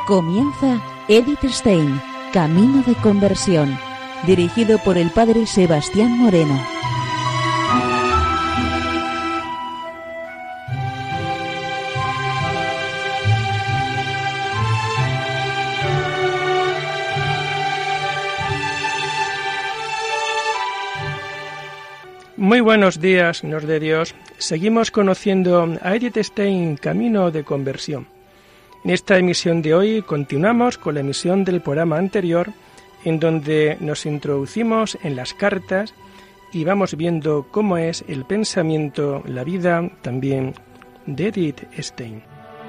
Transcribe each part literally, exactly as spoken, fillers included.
Comienza Edith Stein, Camino de Conversión, dirigido por el padre Sebastián Moreno. Muy buenos días, nos de Dios. Seguimos conociendo a Edith Stein, Camino de Conversión. En esta emisión de hoy continuamos con la emisión del programa anterior, en donde nos introducimos en las cartas y vamos viendo cómo es el pensamiento, la vida también de Edith Stein.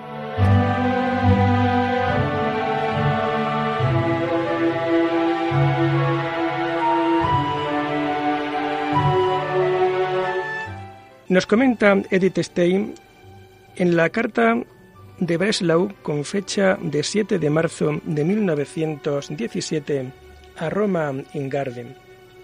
Nos comenta Edith Stein en la carta de Breslau con fecha de siete de marzo de mil novecientos diecisiete a Roma Ingarden.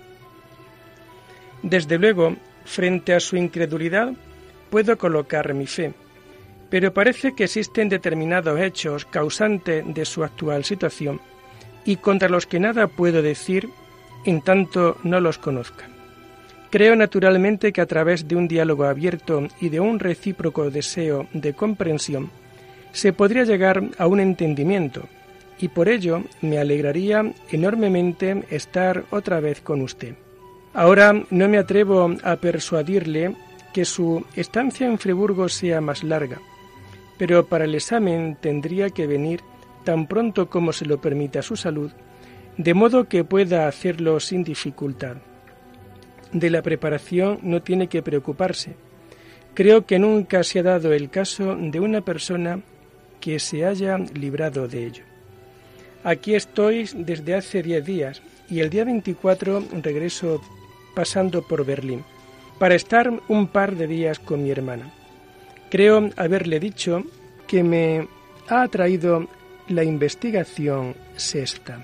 Desde luego, frente a su incredulidad, puedo colocar mi fe, pero parece que existen determinados hechos causantes de su actual situación y contra los que nada puedo decir en tanto no los conozca. Creo naturalmente que a través de un diálogo abierto y de un recíproco deseo de comprensión se podría llegar a un entendimiento, y por ello me alegraría enormemente estar otra vez con usted. Ahora no me atrevo a persuadirle que su estancia en Friburgo sea más larga, pero para el examen tendría que venir tan pronto como se lo permita su salud, de modo que pueda hacerlo sin dificultad. De la preparación no tiene que preocuparse. Creo que nunca se ha dado el caso de una persona que se haya librado de ello. Aquí estoy desde hace diez días y el día veinticuatro regreso pasando por Berlín para estar un par de días con mi hermana. Creo haberle dicho que me ha atraído la investigación sexta.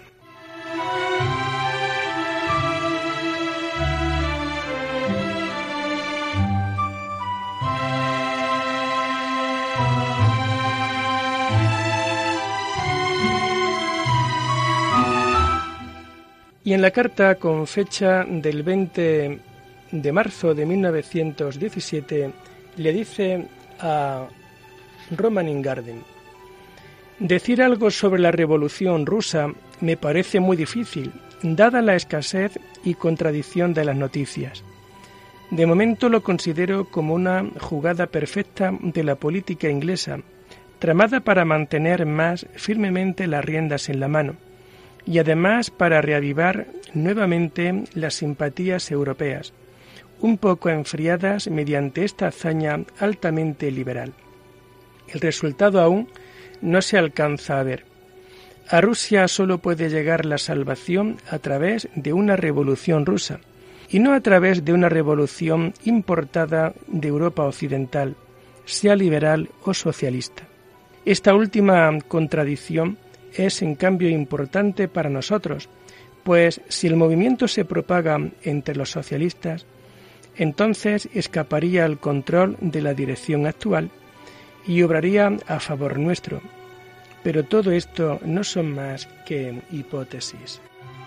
Y en la carta con fecha del veinte de marzo de mil novecientos diecisiete le dice a Roman Ingarden: decir algo sobre la Revolución rusa me parece muy difícil, dada la escasez y contradicción de las noticias. De momento lo considero como una jugada perfecta de la política inglesa, tramada para mantener más firmemente las riendas en la mano, y además para reavivar nuevamente las simpatías europeas, un poco enfriadas mediante esta hazaña altamente liberal. El resultado aún no se alcanza a ver. A Rusia solo puede llegar la salvación a través de una revolución rusa, y no a través de una revolución importada de Europa occidental, sea liberal o socialista. Esta última contradicción es en cambio importante para nosotros, pues si el movimiento se propaga entre los socialistas, entonces escaparía al control de la dirección actual y obraría a favor nuestro. Pero todo esto no son más que hipótesis.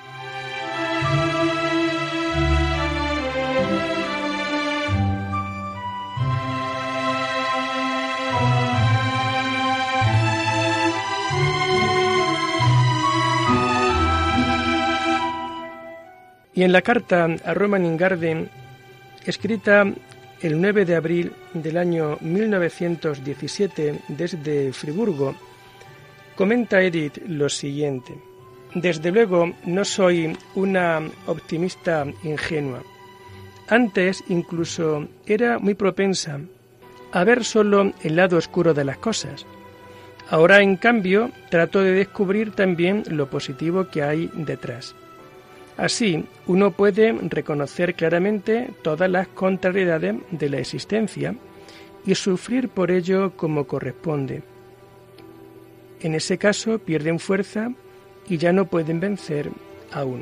Y en la carta a Roman Ingarden, escrita el nueve de abril del año mil novecientos diecisiete desde Friburgo, comenta Edith lo siguiente: desde luego no soy una optimista ingenua. Antes incluso era muy propensa a ver solo el lado oscuro de las cosas. Ahora, en cambio, trato de descubrir también lo positivo que hay detrás. Así, uno puede reconocer claramente todas las contrariedades de la existencia y sufrir por ello como corresponde. En ese caso pierden fuerza y ya no pueden vencer a uno.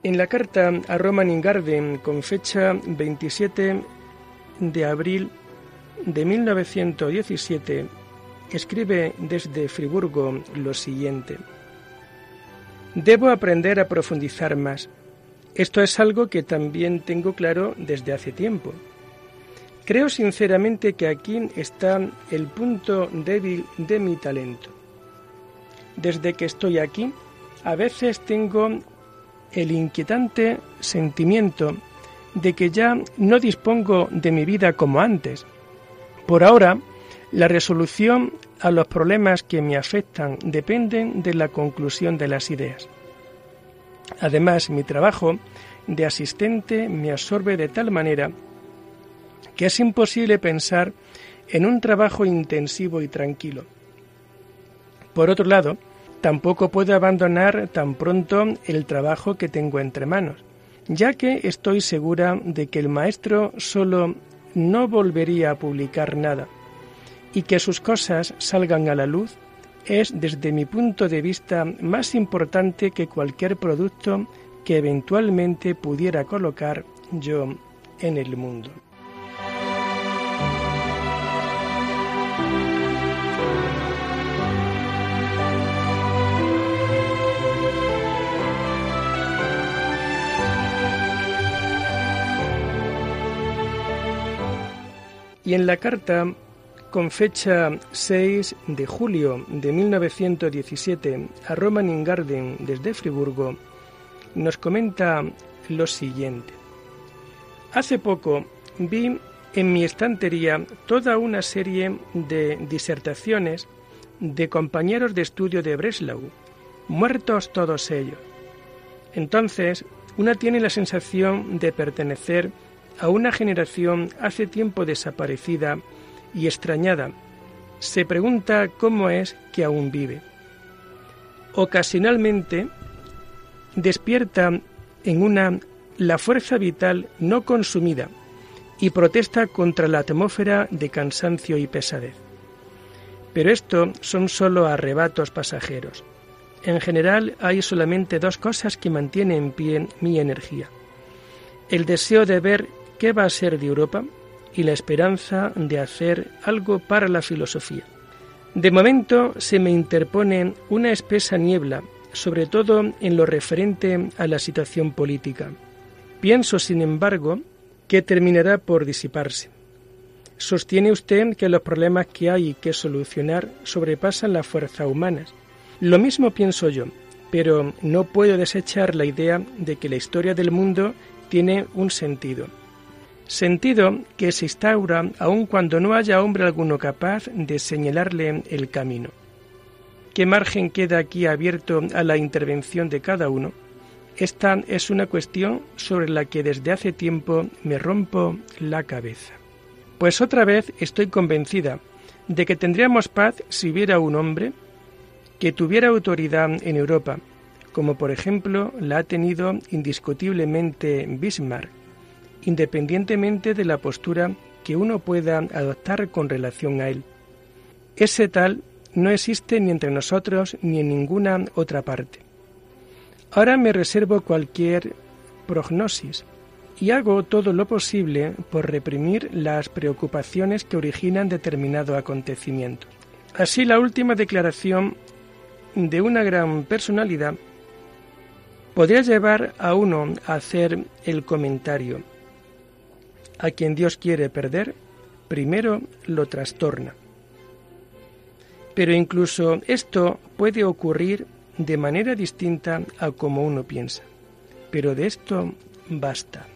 En la carta a Roman Ingarden, con fecha veintisiete de abril de mil novecientos diecisiete, escribe desde Friburgo lo siguiente: «Debo aprender a profundizar más. Esto es algo que también tengo claro desde hace tiempo. Creo sinceramente que aquí está el punto débil de mi talento. Desde que estoy aquí, a veces tengo el inquietante sentimiento de que ya no dispongo de mi vida como antes. Por ahora, la resolución a los problemas que me afectan dependen de la conclusión de las ideas. Además, mi trabajo de asistente me absorbe de tal manera que es imposible pensar en un trabajo intensivo y tranquilo. Por otro lado, tampoco puedo abandonar tan pronto el trabajo que tengo entre manos, ya que estoy segura de que el maestro solo no volvería a publicar nada, y que sus cosas salgan a la luz es, desde mi punto de vista, más importante que cualquier producto que eventualmente pudiera colocar yo en el mundo». Y en la carta, con fecha seis de julio de mil novecientos diecisiete, a Roman Ingarden desde Friburgo, nos comenta lo siguiente: «Hace poco vi en mi estantería toda una serie de disertaciones de compañeros de estudio de Breslau, muertos todos ellos. Entonces, una tiene la sensación de pertenecer a una generación hace tiempo desaparecida y extrañada. Se pregunta cómo es que aún vive. Ocasionalmente despierta en una la fuerza vital no consumida y protesta contra la atmósfera de cansancio y pesadez. Pero esto son solo arrebatos pasajeros. En general hay solamente dos cosas que mantienen en pie mi energía: el deseo de ver qué va a ser de Europa y la esperanza de hacer algo para la filosofía. De momento se me interpone una espesa niebla, sobre todo en lo referente a la situación política. Pienso, sin embargo, que terminará por disiparse. Sostiene usted que los problemas que hay que solucionar sobrepasan las fuerzas humanas. Lo mismo pienso yo, pero no puedo desechar la idea de que la historia del mundo tiene un sentido. Sentido que se instaura aun cuando no haya hombre alguno capaz de señalarle el camino. ¿Qué margen queda aquí abierto a la intervención de cada uno? Esta es una cuestión sobre la que desde hace tiempo me rompo la cabeza. Pues otra vez estoy convencida de que tendríamos paz si hubiera un hombre que tuviera autoridad en Europa, como por ejemplo la ha tenido indiscutiblemente Bismarck, independientemente de la postura que uno pueda adoptar con relación a él. Ese tal no existe ni entre nosotros ni en ninguna otra parte. Ahora me reservo cualquier prognosis y hago todo lo posible por reprimir las preocupaciones que originan determinado acontecimiento. Así, la última declaración de una gran personalidad podría llevar a uno a hacer el comentario: a quien Dios quiere perder, primero lo trastorna. Pero incluso esto puede ocurrir de manera distinta a como uno piensa. Pero de esto basta.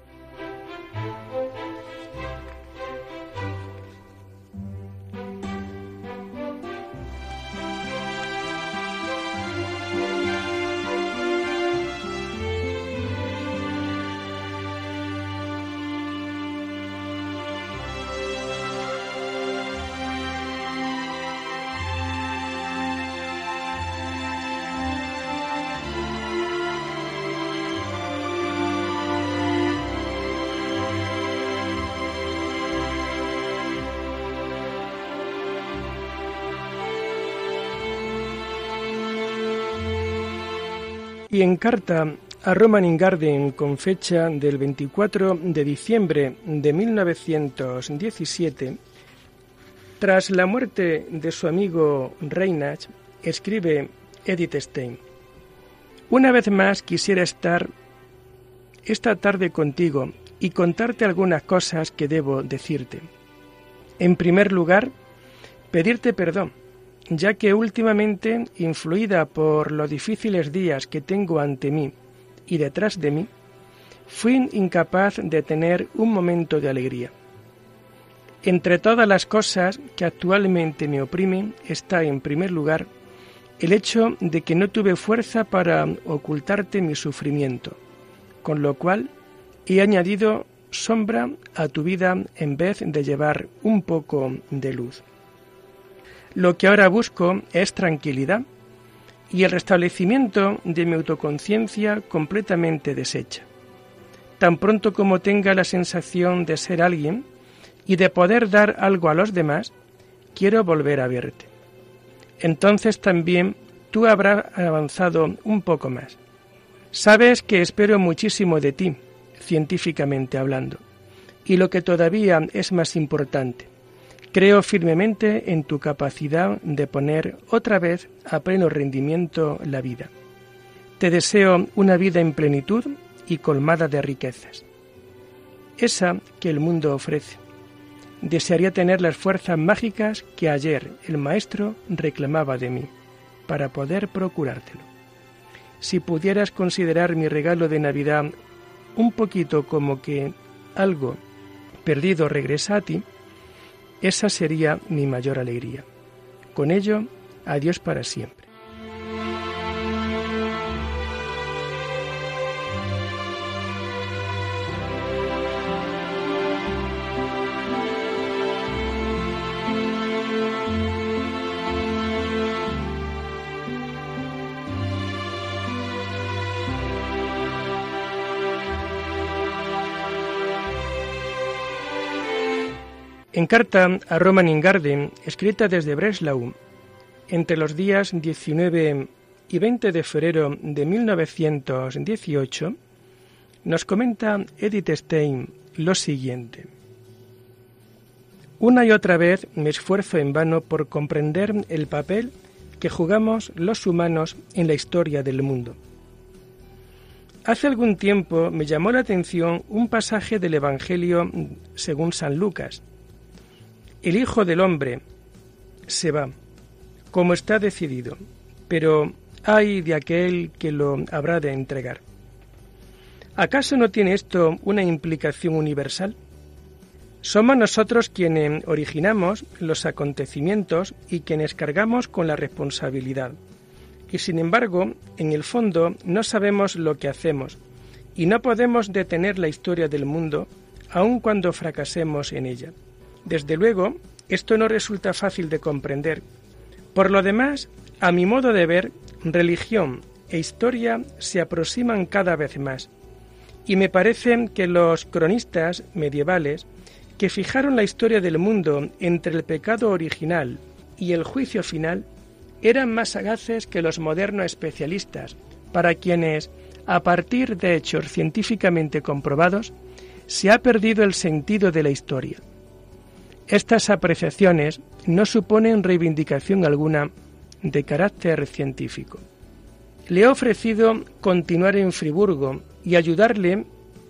Y en carta a Roman Ingarden con fecha del veinticuatro de diciembre de mil novecientos diecisiete, tras la muerte de su amigo Reinach, escribe Edith Stein: una vez más quisiera estar esta tarde contigo y contarte algunas cosas que debo decirte. En primer lugar, pedirte perdón, ya que últimamente, influida por los difíciles días que tengo ante mí y detrás de mí, fui incapaz de tener un momento de alegría. Entre todas las cosas que actualmente me oprimen está, en primer lugar, el hecho de que no tuve fuerza para ocultarte mi sufrimiento, con lo cual he añadido sombra a tu vida en vez de llevar un poco de luz. Lo que ahora busco es tranquilidad y el restablecimiento de mi autoconciencia completamente deshecha. Tan pronto como tenga la sensación de ser alguien y de poder dar algo a los demás, quiero volver a verte. Entonces también tú habrás avanzado un poco más. Sabes que espero muchísimo de ti, científicamente hablando, y lo que todavía es más importante, creo firmemente en tu capacidad de poner otra vez a pleno rendimiento la vida. Te deseo una vida en plenitud y colmada de riquezas, esa que el mundo ofrece. Desearía tener las fuerzas mágicas que ayer el maestro reclamaba de mí, para poder procurártelo. Si pudieras considerar mi regalo de Navidad un poquito como que algo perdido regresa a ti, esa sería mi mayor alegría. Con ello, adiós para siempre. En carta a Roman Ingarden, escrita desde Breslau, entre los días diecinueve y veinte de febrero de mil novecientos dieciocho, nos comenta Edith Stein lo siguiente: una y otra vez me esfuerzo en vano por comprender el papel que jugamos los humanos en la historia del mundo. Hace algún tiempo me llamó la atención un pasaje del Evangelio según San Lucas. El Hijo del Hombre se va, como está decidido, pero ay de aquel que lo habrá de entregar. ¿Acaso no tiene esto una implicación universal? Somos nosotros quienes originamos los acontecimientos y quienes cargamos con la responsabilidad. Y sin embargo, en el fondo no sabemos lo que hacemos y no podemos detener la historia del mundo aun cuando fracasemos en ella. Desde luego, esto no resulta fácil de comprender. Por lo demás, a mi modo de ver, religión e historia se aproximan cada vez más, y me parece que los cronistas medievales, que fijaron la historia del mundo entre el pecado original y el juicio final, eran más sagaces que los modernos especialistas, para quienes, a partir de hechos científicamente comprobados, se ha perdido el sentido de la historia. Estas apreciaciones no suponen reivindicación alguna de carácter científico. Le he ofrecido continuar en Friburgo y ayudarle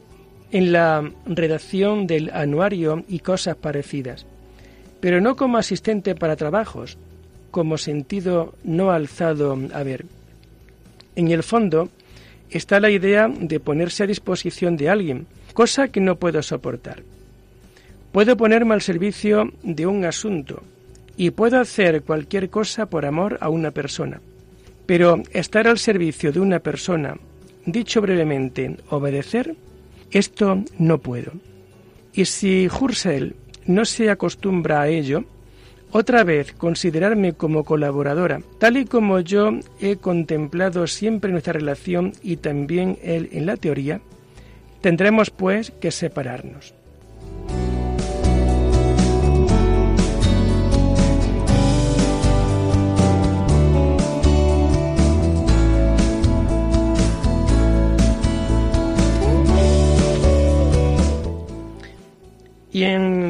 en la redacción del anuario y cosas parecidas, pero no como asistente para trabajos, como sentido no alzado a ver. En el fondo está la idea de ponerse a disposición de alguien, cosa que no puedo soportar. Puedo ponerme al servicio de un asunto y puedo hacer cualquier cosa por amor a una persona, pero estar al servicio de una persona, dicho brevemente, obedecer, esto no puedo. Y si Husserl no se acostumbra a ello, otra vez considerarme como colaboradora, tal y como yo he contemplado siempre nuestra relación y también él en la teoría, tendremos pues que separarnos.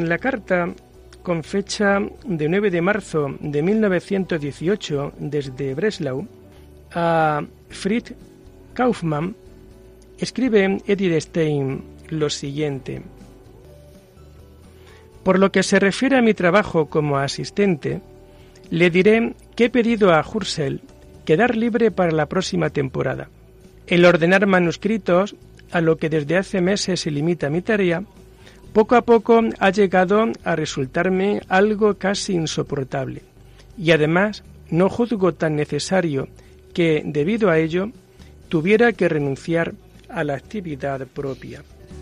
en la carta con fecha de nueve de marzo de mil novecientos dieciocho desde Breslau a Fritz Kaufmann, escribe Edith Stein lo siguiente: por lo que se refiere a mi trabajo como asistente, le diré que he pedido a Husserl quedar libre para la próxima temporada. El ordenar manuscritos, a lo que desde hace meses se limita mi tarea, poco a poco ha llegado a resultarme algo casi insoportable, y además no juzgo tan necesario que, debido a ello, tuviera que renunciar a la actividad propia.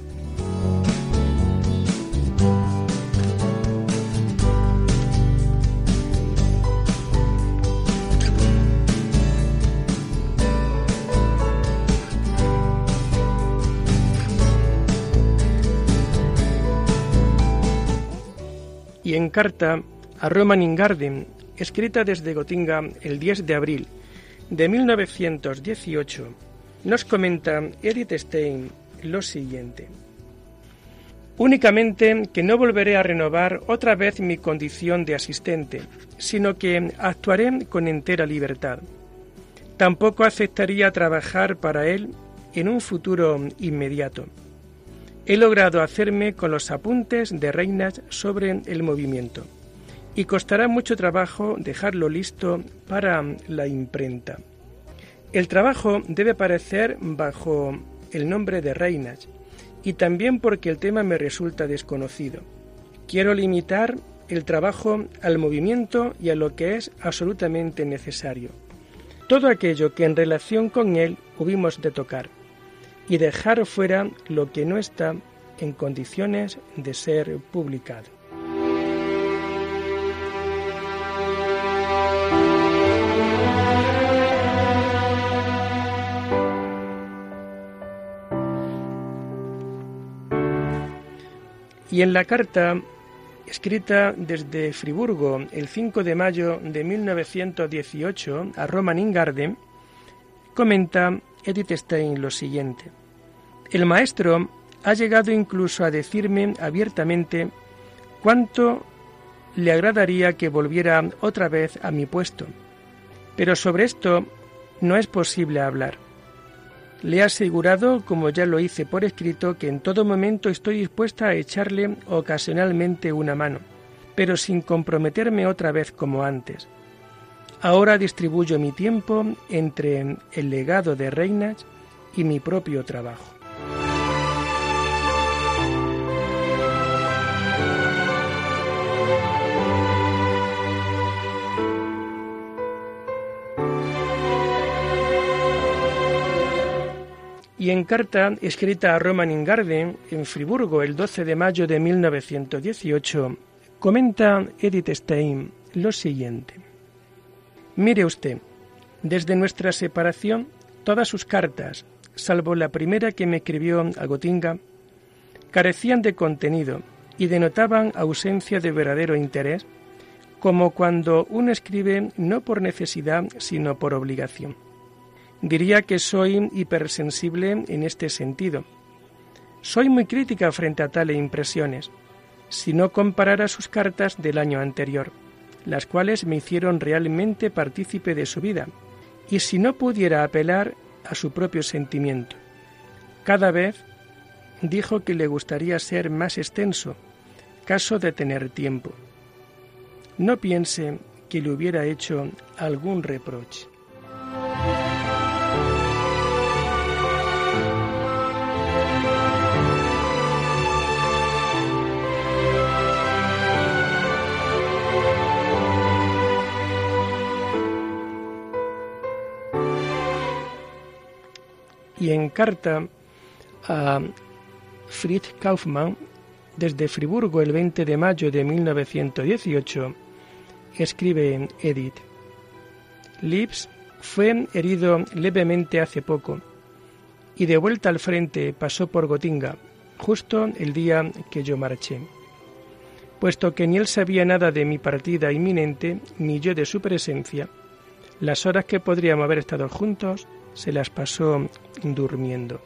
Y en carta a Roman Ingarden, escrita desde Gotinga el diez de abril de mil novecientos dieciocho, nos comenta Edith Stein lo siguiente: únicamente que no volveré a renovar otra vez mi condición de asistente, sino que actuaré con entera libertad. Tampoco aceptaría trabajar para él en un futuro inmediato. He logrado hacerme con los apuntes de Reinach sobre el movimiento, y costará mucho trabajo dejarlo listo para la imprenta. El trabajo debe aparecer bajo el nombre de Reinach, y también porque el tema me resulta desconocido. Quiero limitar el trabajo al movimiento y a lo que es absolutamente necesario. Todo aquello que en relación con él hubimos de tocar, y dejar fuera lo que no está en condiciones de ser publicado. Y en la carta escrita desde Friburgo el cinco de mayo de mil novecientos dieciocho a Roman Ingarden, comenta Edith Stein lo siguiente: el maestro ha llegado incluso a decirme abiertamente cuánto le agradaría que volviera otra vez a mi puesto, pero sobre esto no es posible hablar. Le he asegurado, como ya lo hice por escrito, que en todo momento estoy dispuesta a echarle ocasionalmente una mano, pero sin comprometerme otra vez como antes. Ahora distribuyo mi tiempo entre el legado de Reinach y mi propio trabajo. Y en carta escrita a Roman Ingarden en Friburgo el doce de mayo de mil novecientos dieciocho, comenta Edith Stein lo siguiente: mire usted, desde nuestra separación, todas sus cartas, salvo la primera que me escribió a Gotinga, carecían de contenido y denotaban ausencia de verdadero interés, como cuando uno escribe no por necesidad, sino por obligación. Diría que soy hipersensible en este sentido. Soy muy crítica frente a tales impresiones, si no comparara sus cartas del año anterior, las cuales me hicieron realmente partícipe de su vida, y si no pudiera apelar a su propio sentimiento. Cada vez dijo que le gustaría ser más extenso, caso de tener tiempo. No piense que le hubiera hecho algún reproche. Y en carta a Fritz Kaufmann, desde Friburgo el veinte de mayo de mil novecientos dieciocho, escribe Edith: Lips fue herido levemente hace poco y de vuelta al frente pasó por Gotinga, justo el día que yo marché. Puesto que ni él sabía nada de mi partida inminente, ni yo de su presencia, las horas que podríamos haber estado juntos se las pasó durmiendo.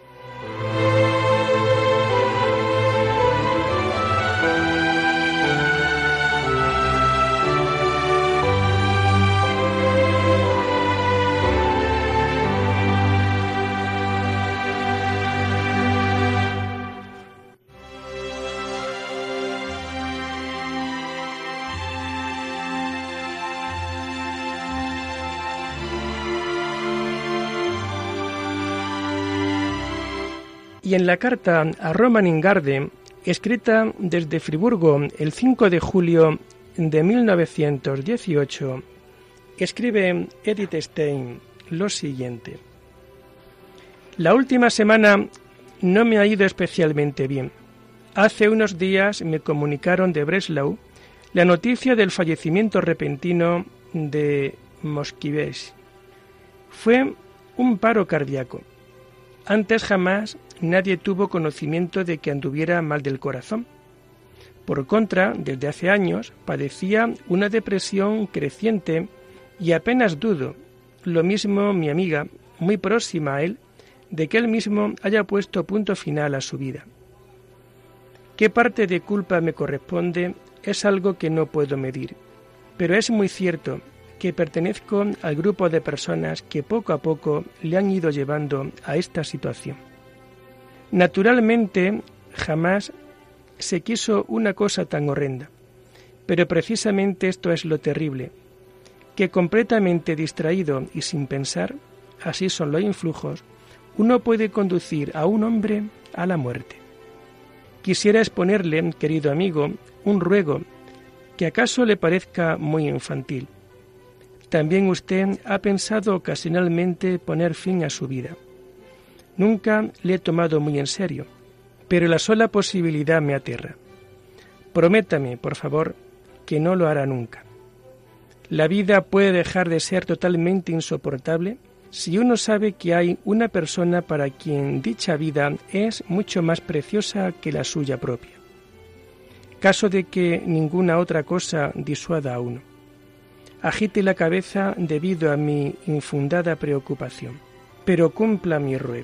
Y en la carta a Roman Ingarden, escrita desde Friburgo el cinco de julio de mil novecientos dieciocho, escribe Edith Stein lo siguiente: la última semana no me ha ido especialmente bien. Hace unos días me comunicaron de Breslau la noticia del fallecimiento repentino de Moskiewicz. Fue un paro cardíaco. Antes jamás nadie tuvo conocimiento de que anduviera mal del corazón. Por contra, desde hace años padecía una depresión creciente y apenas dudo, lo mismo mi amiga, muy próxima a él, de que él mismo haya puesto punto final a su vida. ¿Qué parte de culpa me corresponde? Es algo que no puedo medir, pero es muy cierto que pertenezco al grupo de personas que poco a poco le han ido llevando a esta situación. Naturalmente, jamás se quiso una cosa tan horrenda, pero precisamente esto es lo terrible, que completamente distraído y sin pensar, así son los influjos, uno puede conducir a un hombre a la muerte. Quisiera exponerle, querido amigo, un ruego que acaso le parezca muy infantil. También usted ha pensado ocasionalmente poner fin a su vida. Nunca le he tomado muy en serio, pero la sola posibilidad me aterra. Prométame, por favor, que no lo hará nunca. La vida puede dejar de ser totalmente insoportable si uno sabe que hay una persona para quien dicha vida es mucho más preciosa que la suya propia. Caso de que ninguna otra cosa disuada a uno. Agite la cabeza debido a mi infundada preocupación, pero cumpla mi ruego.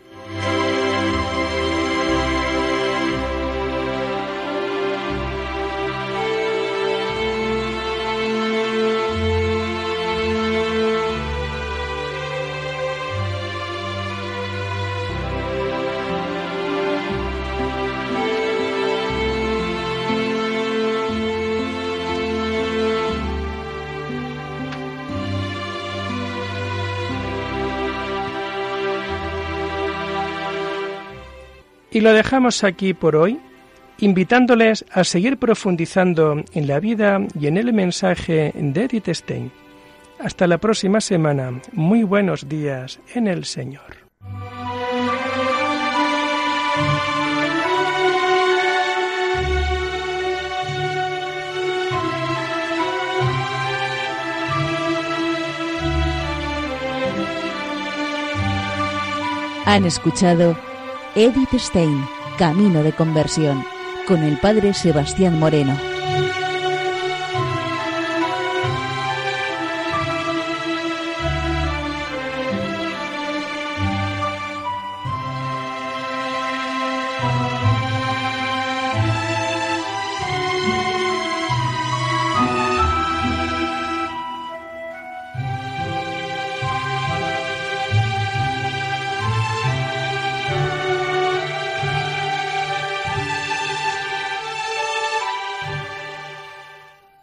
Y lo dejamos aquí por hoy, invitándoles a seguir profundizando en la vida y en el mensaje de Edith Stein. Hasta la próxima semana. Muy buenos días en el Señor. Han escuchado Edith Stein, Camino de Conversión, con el padre Sebastián Moreno.